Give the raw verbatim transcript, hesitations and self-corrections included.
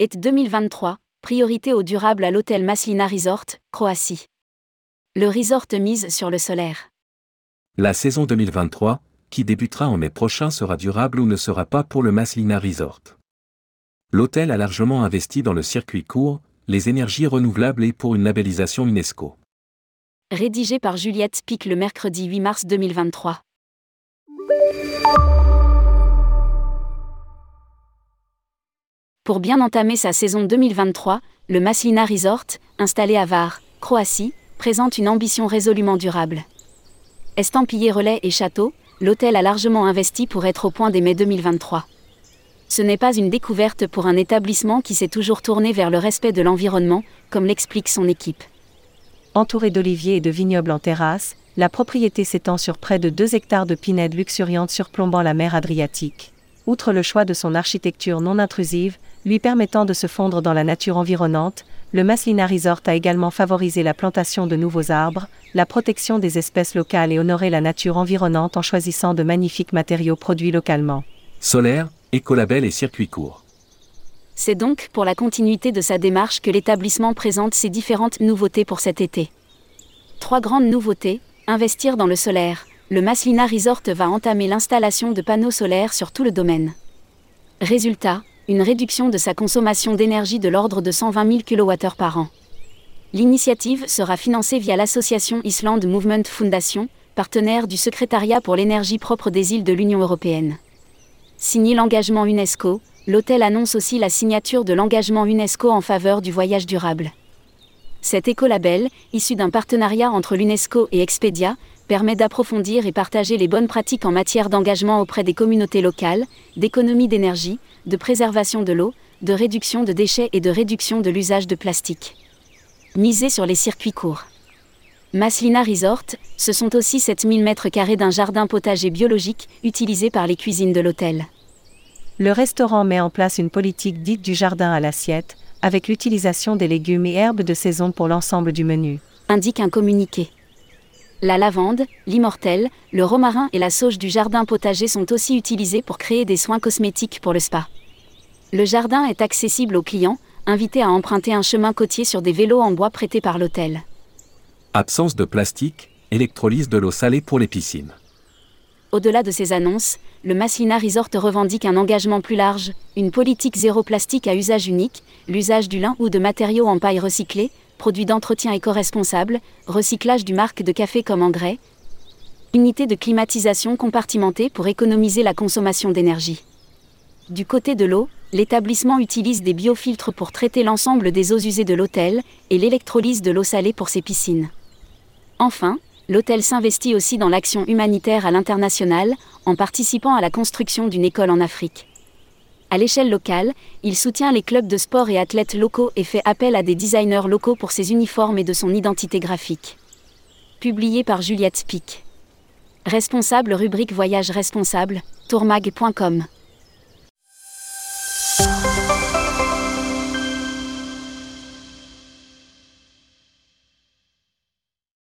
Été deux mille vingt-trois, priorité au durable à l'hôtel Maslina Resort, Croatie. Le resort mise sur le solaire. La saison deux mille vingt-trois, qui débutera en mai prochain, sera durable ou ne sera pas pour le Maslina Resort. L'hôtel a largement investi dans le circuit court, les énergies renouvelables et pour une labellisation UNESCO. Rédigé par Juliette Pic le mercredi huit mars deux mille vingt-trois. Pour bien entamer sa saison deux mille vingt-trois, le Maslina Resort, installé à Var, Croatie, présente une ambition résolument durable. Estampillé relais et château, l'hôtel a largement investi pour être au point dès mai deux mille vingt-trois. Ce n'est pas une découverte pour un établissement qui s'est toujours tourné vers le respect de l'environnement, comme l'explique son équipe. Entourée d'oliviers et de vignobles en terrasse, la propriété s'étend sur près de deux hectares de pinèdes luxuriantes surplombant la mer Adriatique. Outre le choix de son architecture non intrusive, lui permettant de se fondre dans la nature environnante, le Maslina Resort a également favorisé la plantation de nouveaux arbres, la protection des espèces locales et honoré la nature environnante en choisissant de magnifiques matériaux produits localement. Solaire, écolabel et circuit court. C'est donc pour la continuité de sa démarche que l'établissement présente ses différentes nouveautés pour cet été. Trois grandes nouveautés: investir dans le solaire. Le Maslina Resort va entamer l'installation de panneaux solaires sur tout le domaine. Résultat, une réduction de sa consommation d'énergie de l'ordre de cent vingt mille kilowattheures par an. L'initiative sera financée via l'association Island Movement Foundation, partenaire du Secrétariat pour l'énergie propre des îles de l'Union européenne. Signé l'engagement UNESCO, l'hôtel annonce aussi la signature de l'engagement UNESCO en faveur du voyage durable. Cet écolabel, issu d'un partenariat entre l'UNESCO et Expedia, permet d'approfondir et partager les bonnes pratiques en matière d'engagement auprès des communautés locales, d'économie d'énergie, de préservation de l'eau, de réduction de déchets et de réduction de l'usage de plastique. Miser sur les circuits courts. Maslina Resort, ce sont aussi sept mille mètres carrés d'un jardin potager biologique, utilisé par les cuisines de l'hôtel. Le restaurant met en place une politique dite du jardin à l'assiette, avec l'utilisation des légumes et herbes de saison pour l'ensemble du menu, indique un communiqué. La lavande, l'immortelle, le romarin et la sauge du jardin potager sont aussi utilisés pour créer des soins cosmétiques pour le spa. Le jardin est accessible aux clients, invités à emprunter un chemin côtier sur des vélos en bois prêtés par l'hôtel. Absence de plastique, électrolyse de l'eau salée pour les piscines. Au-delà de ces annonces, le Maslina Resort revendique un engagement plus large, une politique zéro plastique à usage unique, l'usage du lin ou de matériaux en paille recyclés, produits d'entretien éco-responsables, recyclage du marc de café comme engrais, unité de climatisation compartimentée pour économiser la consommation d'énergie. Du côté de l'eau, l'établissement utilise des biofiltres pour traiter l'ensemble des eaux usées de l'hôtel et l'électrolyse de l'eau salée pour ses piscines. Enfin, l'hôtel s'investit aussi dans l'action humanitaire à l'international, en participant à la construction d'une école en Afrique. À l'échelle locale, il soutient les clubs de sport et athlètes locaux et fait appel à des designers locaux pour ses uniformes et de son identité graphique. Publié par Juliette Pic. Responsable rubrique Voyage responsable, tourmag point com.